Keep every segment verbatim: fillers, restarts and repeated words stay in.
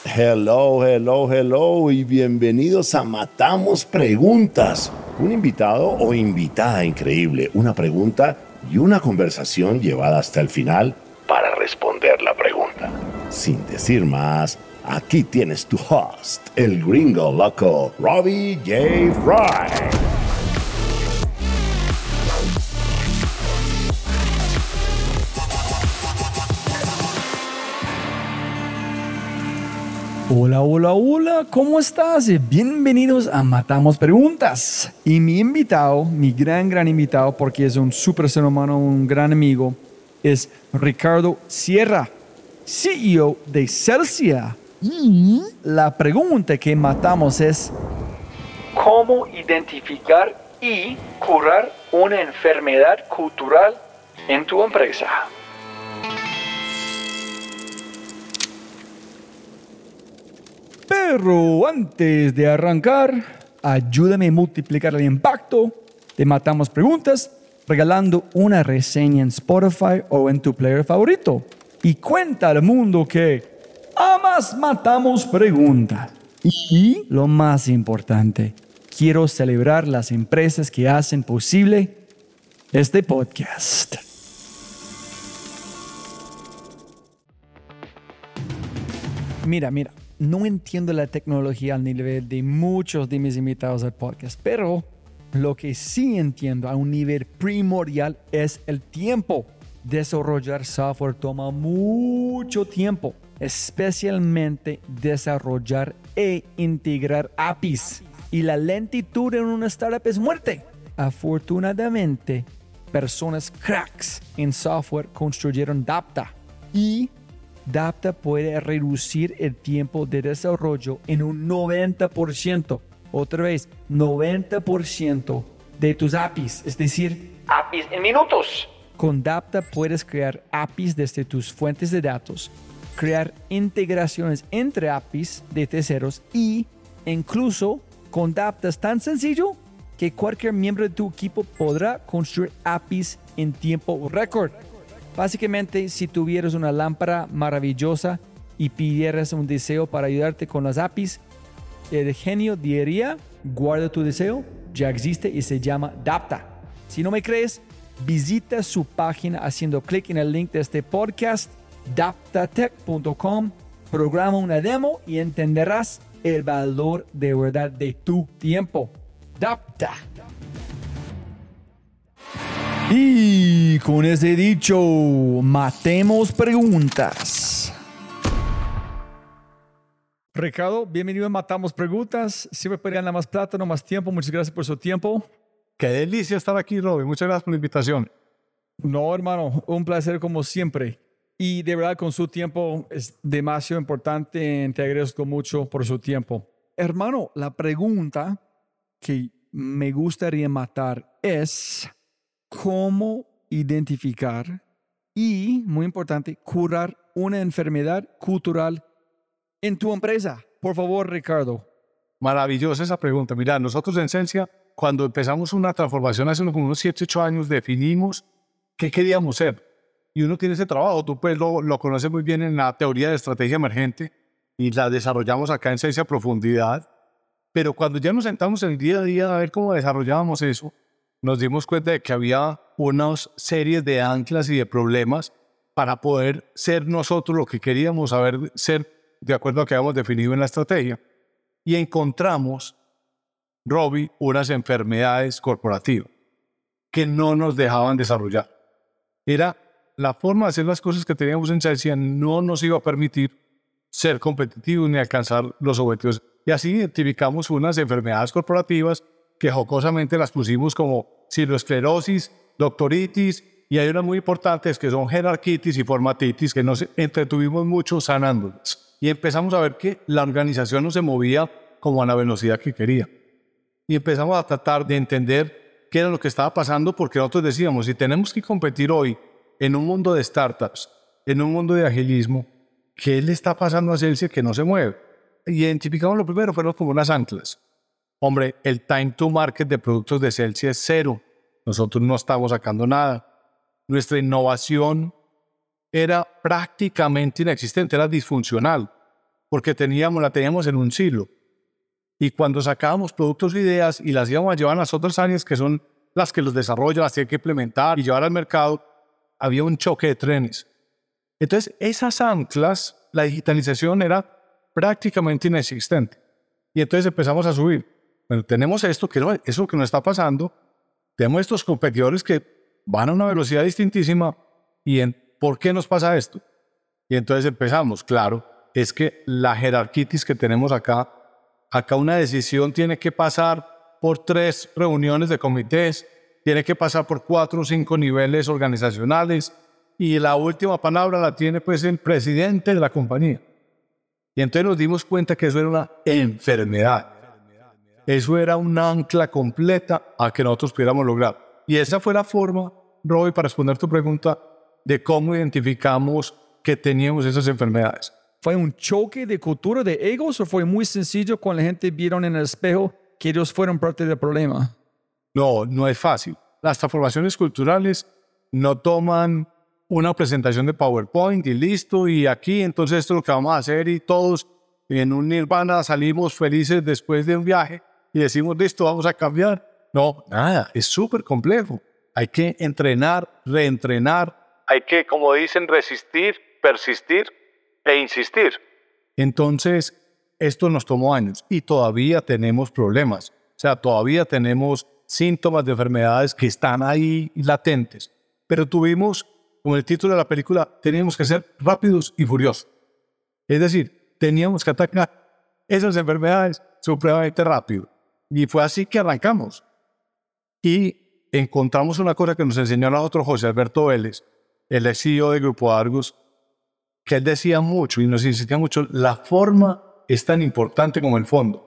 Hello, hello, hello y bienvenidos a Matamos Preguntas. Un invitado o invitada increíble, una pregunta y una conversación llevada hasta el final para responder la pregunta. Sin decir más, aquí tienes tu host, el gringo loco, Robbie J. Fry. Hola, hola, hola, ¿cómo estás? Bienvenidos a Matamos Preguntas. Y mi invitado, mi gran, gran invitado, porque es un súper ser humano, un gran amigo, es Ricardo Sierra, C E O de Celsia. Y la pregunta que matamos es: ¿cómo identificar y curar una enfermedad cultural en tu empresa? Pero antes de arrancar, ayúdame a multiplicar el impacto de Matamos Preguntas regalando una reseña en Spotify o en tu player favorito. Y cuenta al mundo que amas Matamos Preguntas. Y lo más importante, quiero celebrar las empresas que hacen posible este podcast. Mira, mira. No entiendo la tecnología al nivel de muchos de mis invitados al podcast, pero lo que sí entiendo a un nivel primordial es el tiempo. Desarrollar software toma mucho tiempo, especialmente desarrollar e integrar A P Is. Y la lentitud en una startup es muerte. Afortunadamente, personas cracks en software construyeron Dapta y Dapta puede reducir el tiempo de desarrollo en un noventa por ciento. Otra vez, noventa por ciento de tus A P Is, es decir, A P Is en minutos. Con Dapta puedes crear A P Is desde tus fuentes de datos, crear integraciones entre A P Is de terceros y incluso con Dapta es tan sencillo que cualquier miembro de tu equipo podrá construir A P Is en tiempo récord. Básicamente, si tuvieras una lámpara maravillosa y pidieras un deseo para ayudarte con las A P Is, el genio diría: guarda tu deseo, ya existe y se llama Dapta. Si no me crees, visita su página haciendo clic en el link de este podcast, daptatech punto com, programa una demo y entenderás el valor de verdad de tu tiempo. Dapta. Y con ese dicho, matemos preguntas. Ricardo, bienvenido a Matamos Preguntas. Siempre puede ganar más plata, no más tiempo. Muchas gracias por su tiempo. Qué delicia estar aquí, Robbie. Muchas gracias por la invitación. No, hermano, un placer como siempre. Y de verdad, con su tiempo es demasiado importante. Te agradezco mucho por su tiempo. Hermano, la pregunta que me gustaría matar es: ¿cómo identificar y, muy importante, curar una enfermedad cultural en tu empresa? Por favor, Ricardo. Maravillosa esa pregunta. Mira, nosotros en Celsia, cuando empezamos una transformación hace como unos siete, ocho años, definimos qué queríamos ser. Y uno tiene ese trabajo, tú pues lo, lo conoces muy bien en la teoría de estrategia emergente y la desarrollamos acá en Celsia a profundidad. Pero cuando ya nos sentamos en el día a día a ver cómo desarrollábamos eso, nos dimos cuenta de que había unas series de anclas y de problemas para poder ser nosotros lo que queríamos saber ser de acuerdo a lo que habíamos definido en la estrategia. Y encontramos, Robbie, unas enfermedades corporativas que no nos dejaban desarrollar. Era la forma de hacer las cosas que teníamos en Celsia no nos iba a permitir ser competitivos ni alcanzar los objetivos. Y así identificamos unas enfermedades corporativas que jocosamente las pusimos como cicloesclerosis, doctoritis, y hay unas muy importantes que son jerarquitis y formatitis que nos entretuvimos mucho sanándolas. Y empezamos a ver que la organización no se movía como a la velocidad que quería. Y empezamos a tratar de entender qué era lo que estaba pasando, porque nosotros decíamos, si tenemos que competir hoy en un mundo de startups, en un mundo de agilismo, ¿qué le está pasando a Celsia que no se mueve? Identificamos lo primero, fueron como unas anclas. Hombre, el time to market de productos de Celsia es cero. Nosotros no estamos sacando nada. Nuestra innovación era prácticamente inexistente, era disfuncional. porque teníamos, la teníamos en un silo. Y cuando sacábamos productos e ideas y las íbamos a llevar a las otras áreas que son las que los desarrollan, las tienen que implementar y llevar al mercado, había un choque de trenes. Entonces, esas anclas, la digitalización era prácticamente inexistente. Y entonces empezamos a subir. Bueno, tenemos esto, que no, eso que nos está pasando, tenemos estos competidores que van a una velocidad distintísima. ¿Y en, por qué nos pasa esto? Y entonces empezamos, claro, es que la jerarquitis que tenemos acá, acá una decisión tiene que pasar por tres reuniones de comités, tiene que pasar por cuatro o cinco niveles organizacionales y la última palabra la tiene pues el presidente de la compañía. Y entonces nos dimos cuenta que eso era una enfermedad. Eso era una ancla completa a que nosotros pudiéramos lograr. Y esa fue la forma, Robbie, para responder tu pregunta, de cómo identificamos que teníamos esas enfermedades. ¿Fue un choque de cultura, de egos, o fue muy sencillo cuando la gente vieron en el espejo que ellos fueron parte del problema? No, no es fácil. Las transformaciones culturales no toman una presentación de PowerPoint y listo, y aquí entonces esto es lo que vamos a hacer y todos en un nirvana salimos felices después de un viaje y decimos, listo, vamos a cambiar. No, nada, es súper complejo. Hay que entrenar, reentrenar. Hay que, como dicen, resistir, persistir e insistir. Entonces, esto nos tomó años y todavía tenemos problemas. O sea, todavía tenemos síntomas de enfermedades que están ahí latentes. Pero tuvimos, como el título de la película, teníamos que ser rápidos y furiosos. Es decir, teníamos que atacar esas enfermedades supremamente rápido. Y fue así que arrancamos. Y encontramos una cosa que nos enseñó a nosotros José Alberto Vélez, el ex C E O de Grupo Argos, que él decía mucho y nos insistía mucho, la forma es tan importante como el fondo.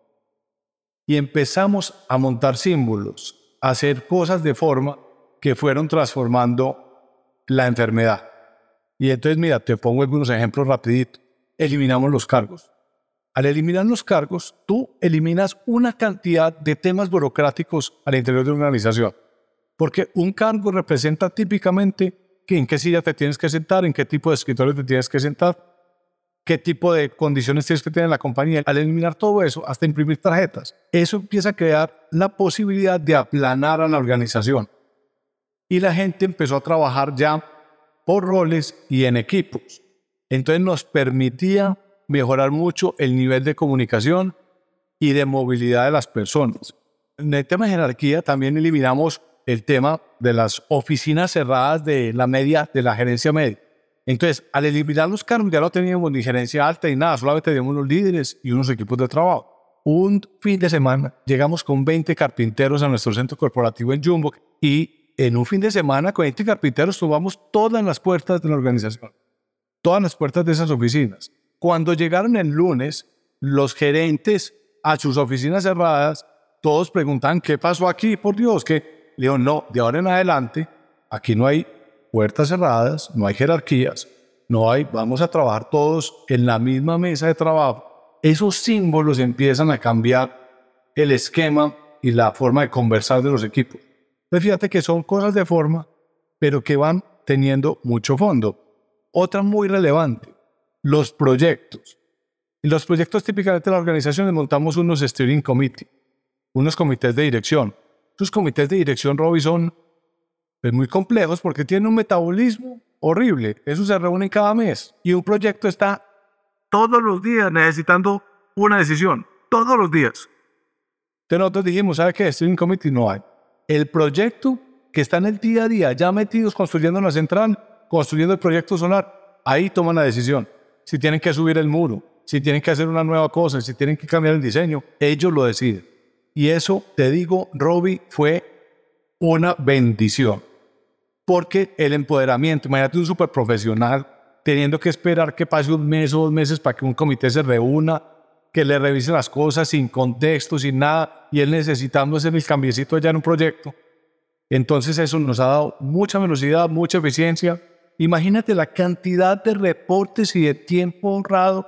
Y empezamos a montar símbolos, a hacer cosas de forma que fueron transformando la enfermedad. Y entonces, mira, te pongo algunos ejemplos rapidito. Eliminamos los cargos. Al eliminar los cargos, tú eliminas una cantidad de temas burocráticos al interior de una organización. Porque un cargo representa típicamente que en qué silla te tienes que sentar, en qué tipo de escritorio te tienes que sentar, qué tipo de condiciones tienes que tener en la compañía. Al eliminar todo eso, hasta imprimir tarjetas, eso empieza a crear la posibilidad de aplanar a la organización. Y la gente empezó a trabajar ya por roles y en equipos. Entonces nos permitía mejorar mucho el nivel de comunicación y de movilidad de las personas. En el tema de jerarquía también eliminamos el tema de las oficinas cerradas de la media, de la gerencia media. Entonces, al eliminar los cargos ya no teníamos ni gerencia alta ni nada, solamente teníamos unos líderes y unos equipos de trabajo. Un fin de semana llegamos con veinte carpinteros a nuestro centro corporativo en Jumbo y en un fin de semana con veinte carpinteros tomamos todas las puertas de la organización, todas las puertas de esas oficinas. Cuando llegaron el lunes, los gerentes a sus oficinas cerradas, todos preguntan, ¿qué pasó aquí? Por Dios, que le digo, no, de ahora en adelante, aquí no hay puertas cerradas, no hay jerarquías, no hay, vamos a trabajar todos en la misma mesa de trabajo. Esos símbolos empiezan a cambiar el esquema y la forma de conversar de los equipos. Entonces fíjate que son cosas de forma, pero que van teniendo mucho fondo. Otra muy relevante, los proyectos. En los proyectos típicamente en las organizaciones montamos unos steering committee, unos comités de dirección. Esos comités de dirección, Robbie, son pues, muy complejos porque tienen un metabolismo horrible. Eso se reúne cada mes y un proyecto está todos los días necesitando una decisión, todos los días. Entonces nosotros dijimos, ¿sabe qué? Steering committee no hay. El proyecto que está en el día a día, ya metidos construyendo la central, construyendo el proyecto solar, ahí toman la decisión. Si tienen que subir el muro, si tienen que hacer una nueva cosa, si tienen que cambiar el diseño, ellos lo deciden. Y eso, te digo, Robbie, fue una bendición. Porque el empoderamiento, imagínate un súper profesional teniendo que esperar que pase un mes o dos meses para que un comité se reúna, que le revise las cosas sin contexto, sin nada, y él necesitando hacer el cambiecito allá en un proyecto. Entonces eso nos ha dado mucha velocidad, mucha eficiencia. Imagínate la cantidad de reportes y de tiempo honrado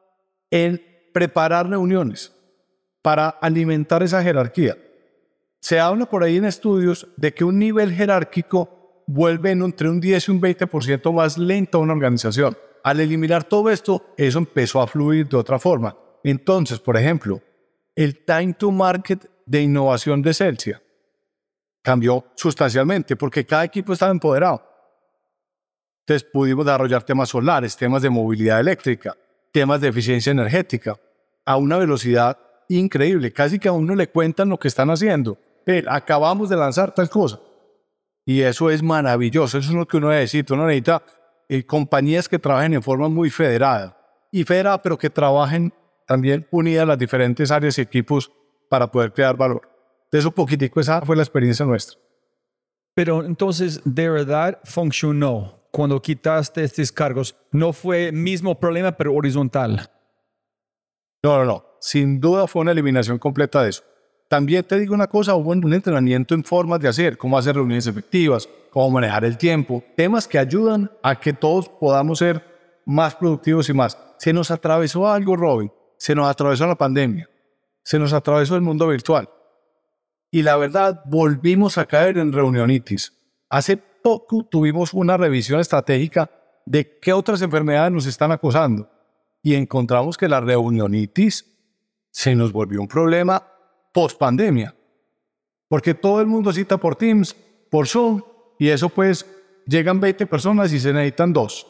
en preparar reuniones para alimentar esa jerarquía. Se habla por ahí en estudios de que un nivel jerárquico vuelve entre un diez y un veinte por ciento más lento a una organización. Al eliminar todo esto, eso empezó a fluir de otra forma. Entonces, por ejemplo, el time to market de innovación de Celsia cambió sustancialmente porque cada equipo estaba empoderado. Entonces pudimos desarrollar temas solares, temas de movilidad eléctrica, temas de eficiencia energética a una velocidad increíble. Casi que a uno le cuentan lo que están haciendo. Pero acabamos de lanzar tal cosa. Y eso es maravilloso. Eso es lo que uno necesita. Uno necesita eh, compañías que trabajen en forma muy federada. Y federada, pero que trabajen también unidas las diferentes áreas y equipos para poder crear valor. De eso poquitico, esa fue la experiencia nuestra. Pero entonces, ¿de verdad funcionó cuando quitaste estos cargos? ¿No fue mismo problema, pero horizontal? No, no, no. Sin duda fue una eliminación completa de eso. También te digo una cosa, hubo un entrenamiento en formas de hacer, cómo hacer reuniones efectivas, cómo manejar el tiempo, temas que ayudan a que todos podamos ser más productivos y más. Se nos atravesó algo, Robin, se nos atravesó la pandemia, se nos atravesó el mundo virtual. Y la verdad, volvimos a caer en reunionitis. Hace poco tuvimos una revisión estratégica de qué otras enfermedades nos están acosando y encontramos que la reunionitis se nos volvió un problema post-pandemia, porque todo el mundo cita por Teams, por Zoom, y eso pues llegan veinte personas y se necesitan dos.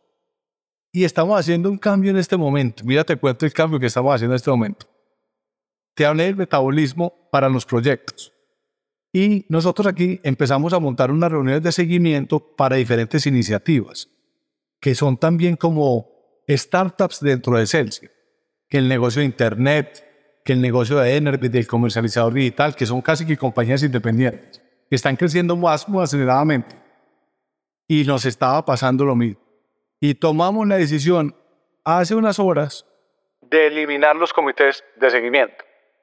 Y estamos haciendo un cambio en este momento. Mira, te cuento el cambio que estamos haciendo en este momento. Te hablé del metabolismo para los proyectos. Y nosotros aquí empezamos a montar unas reuniones de seguimiento para diferentes iniciativas, que son también como startups dentro de Celsia, que el negocio de Internet, que el negocio de Energy, del comercializador digital, que son casi que compañías independientes, que están creciendo más muy aceleradamente. Y nos estaba pasando lo mismo. Y tomamos la decisión hace unas horas de eliminar los comités de seguimiento.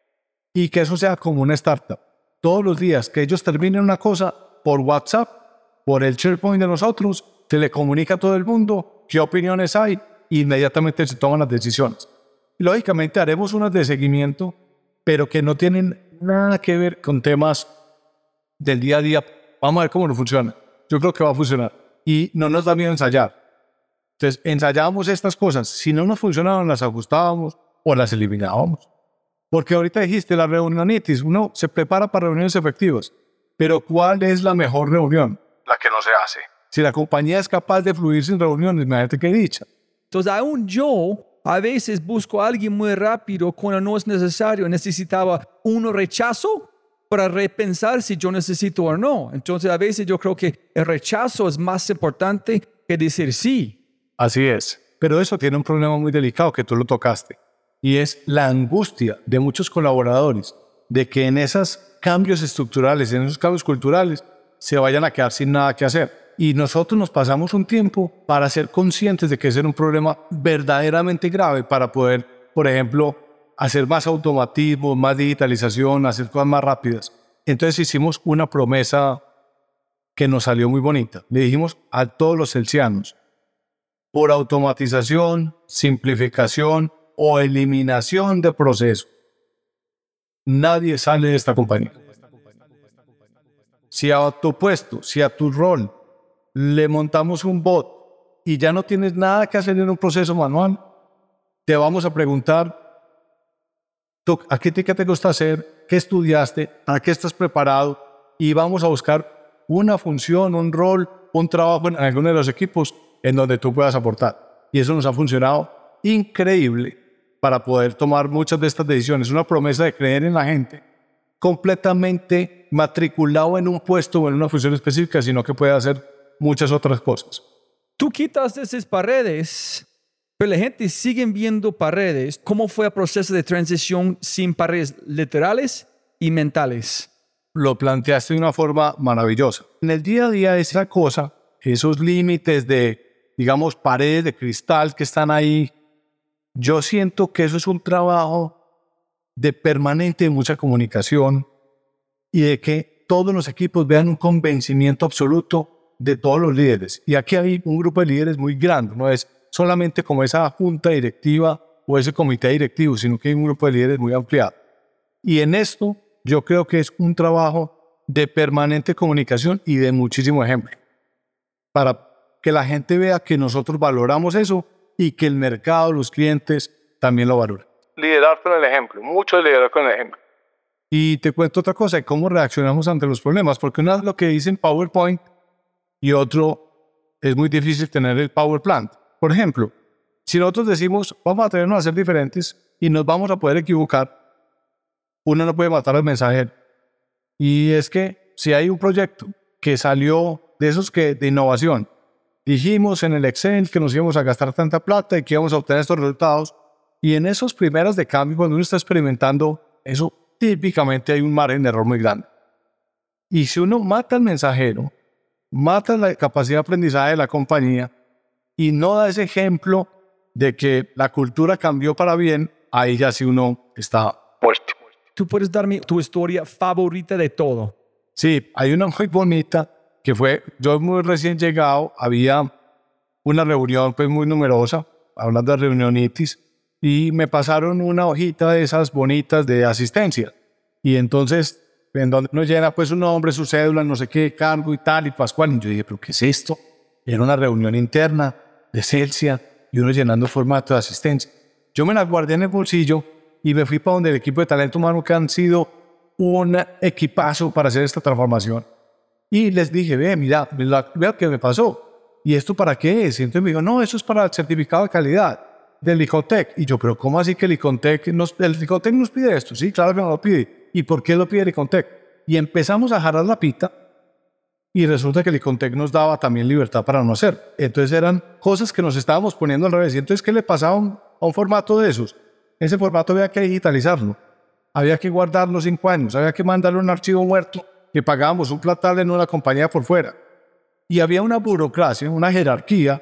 Y que eso sea como una startup. Todos los días que ellos terminen una cosa por WhatsApp, por el SharePoint de nosotros, se le comunica a todo el mundo qué opiniones hay e inmediatamente se toman las decisiones. Lógicamente haremos unas de seguimiento, pero que no tienen nada que ver con temas del día a día. Vamos a ver cómo no funciona. Yo creo que va a funcionar. Y no nos da miedo ensayar. Entonces, ensayábamos estas cosas. Si no nos funcionaban, las ajustábamos o las eliminábamos. Porque ahorita dijiste, la reunionitis, uno se prepara para reuniones efectivas. Pero ¿cuál es la mejor reunión? La que no se hace. Si la compañía es capaz de fluir sin reuniones, imagínate qué dicha. Entonces, aún yo a veces busco a alguien muy rápido cuando no es necesario. Necesitaba un rechazo para repensar si yo necesito o no. Entonces, a veces yo creo que el rechazo es más importante que decir sí. Así es. Pero eso tiene un problema muy delicado que tú lo tocaste. Y es la angustia de muchos colaboradores de que en esos cambios estructurales, en esos cambios culturales, se vayan a quedar sin nada que hacer. Y nosotros nos pasamos un tiempo para ser conscientes de que ese era un problema verdaderamente grave para poder, por ejemplo, hacer más automatismo, más digitalización, hacer cosas más rápidas. Entonces hicimos una promesa que nos salió muy bonita. Le dijimos a todos los celsianos, por automatización, simplificación o eliminación de procesos, nadie sale de esta compañía. Si a tu puesto, si a tu rol, le montamos un bot y ya no tienes nada que hacer en un proceso manual, te vamos a preguntar, ¿a qué te, qué te gusta hacer? ¿Qué estudiaste? ¿A qué estás preparado? Y vamos a buscar una función, un rol, un trabajo en alguno de los equipos en donde tú puedas aportar. Y eso nos ha funcionado increíble para poder tomar muchas de estas decisiones. Una promesa de creer en la gente completamente matriculado en un puesto o en una función específica, sino que puede hacer muchas otras cosas. Tú quitas esas paredes, pero la gente sigue viendo paredes. ¿Cómo fue el proceso de transición sin paredes literales y mentales? Lo planteaste de una forma maravillosa. En el día a día esa cosa, esos límites de, digamos, paredes de cristal que están ahí, yo siento que eso es un trabajo de permanente, de mucha comunicación y de que todos los equipos vean un convencimiento absoluto de todos los líderes. Y aquí hay un grupo de líderes muy grande, no es solamente como esa junta directiva o ese comité directivo, sino que hay un grupo de líderes muy ampliado. Y en esto yo creo que es un trabajo de permanente comunicación y de muchísimo ejemplo para que la gente vea que nosotros valoramos eso y que el mercado, los clientes también lo valoran. Liderar con el ejemplo, mucho liderar con el ejemplo. Y te cuento otra cosa, cómo reaccionamos ante los problemas, porque una es lo que dice en PowerPoint y otro es muy difícil tener el Power Plant. Por ejemplo, si nosotros decimos, vamos a atrevernos a ser diferentes y nos vamos a poder equivocar, uno no puede matar al mensajero. Y es que si hay un proyecto que salió de esos que de innovación, dijimos en el Excel que nos íbamos a gastar tanta plata y que íbamos a obtener estos resultados, y en esos primeros de cambio, cuando uno está experimentando, eso típicamente hay un margen de error muy grande. Y si uno mata al mensajero, mata la capacidad de aprendizaje de la compañía y no da ese ejemplo de que la cultura cambió para bien, ahí ya sí uno está muerto. ¿Tú puedes darme tu historia favorita de todo? Sí, hay una muy bonita que fue, yo muy recién llegado, había una reunión pues muy numerosa, hablando de reunionitis, y me pasaron una hojita de esas bonitas de asistencia. Y entonces, en donde uno llena pues su nombre, su cédula, no sé qué, cargo y tal, y pascual. Y yo dije, ¿pero qué es esto? Era una reunión interna de Celsia y uno llenando formato de asistencia. Yo me la guardé en el bolsillo y me fui para donde el equipo de talento humano, que han sido un equipazo para hacer esta transformación. Y les dije, ve, mira, vea qué me pasó. ¿Y esto para qué es? Y entonces me dijo, no, eso es para el certificado de calidad del ICONTEC. Y yo, pero ¿cómo así que el ICONTEC nos, el ICONTEC nos pide esto? Sí, claro que nos lo pide. ¿Y por qué lo pide el ICONTEC? Y empezamos a jalar la pita y resulta que el ICONTEC nos daba también libertad para no hacer. Entonces eran cosas que nos estábamos poniendo al revés. Y entonces, ¿qué le pasaba a un, a un formato de esos? Ese formato había que digitalizarlo. Había que guardarlo cinco años. Había que mandarle un archivo muerto que pagábamos un platal en una compañía por fuera. Y había una burocracia, una jerarquía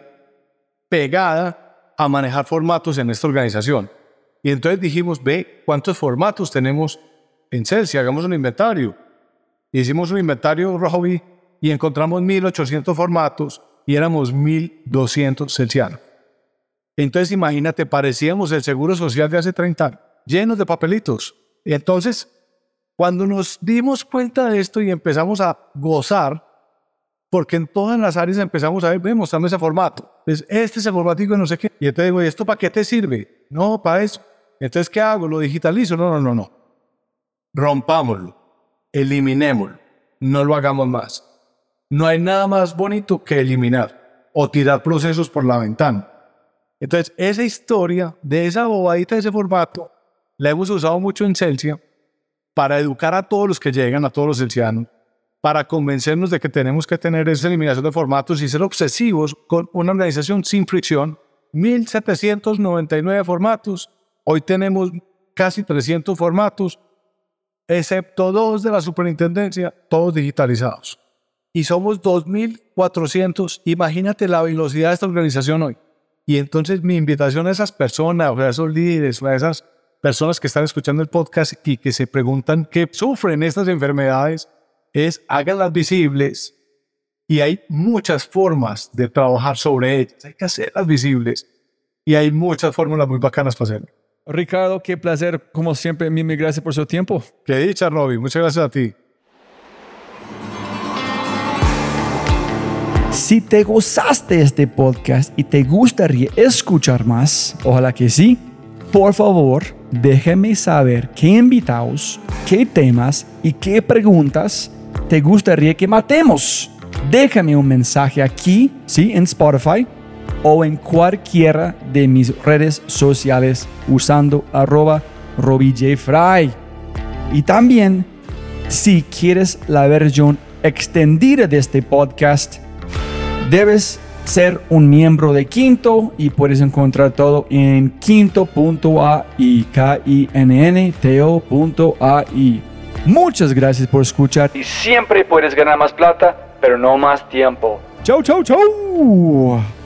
pegada a manejar formatos en esta organización. Y entonces dijimos, ve, ¿cuántos formatos tenemos en Celsia? Hagamos un inventario. Hicimos un inventario, Robbie, y encontramos mil ochocientos formatos y éramos mil doscientos celsianos. Entonces imagínate, parecíamos el Seguro Social de hace treinta años, llenos de papelitos. Y entonces, cuando nos dimos cuenta de esto y empezamos a gozar, porque en todas las áreas empezamos a ver, ve, mostrando ese formato. Entonces, este es el formatico de no sé qué. Y entonces digo, ¿y esto para qué te sirve? No, para eso. Entonces, ¿qué hago? ¿Lo digitalizo? No, no, no, no. Rompámoslo. Eliminémoslo. No lo hagamos más. No hay nada más bonito que eliminar o tirar procesos por la ventana. Entonces, esa historia de esa bobadita de ese formato la hemos usado mucho en Celsia para educar a todos los que llegan, a todos los celsianos, para convencernos de que tenemos que tener esa eliminación de formatos y ser obsesivos con una organización sin fricción. mil setecientos noventa y nueve formatos, hoy tenemos casi trescientos formatos, excepto dos de la superintendencia, todos digitalizados. Y somos dos mil cuatrocientos, imagínate la velocidad de esta organización hoy. Y entonces mi invitación a esas personas, a esos líderes, a esas personas que están escuchando el podcast y que se preguntan qué sufren estas enfermedades, es háganlas visibles. Y hay muchas formas de trabajar sobre ellas, hay que hacerlas visibles. Y hay muchas fórmulas muy bacanas para hacerlo. Ricardo, qué placer, como siempre, mil, mil gracias por su tiempo. Qué dicha, Robbie, muchas gracias a ti. Si te gozaste este podcast y te gustaría escuchar más, ojalá que sí, por favor, déjame saber qué invitados, qué temas y qué preguntas te gustaría que matemos. Déjame un mensaje aquí, sí, en Spotify o en cualquiera de mis redes sociales usando arroba RobbieJFry. Y también, si quieres la versión extendida de este podcast, debes ser un miembro de Quinto y puedes encontrar todo en quinto punto a i, K I N N T O punto a i. Muchas gracias por escuchar y siempre puedes ganar más plata, pero no más tiempo. Chau, chau, chau.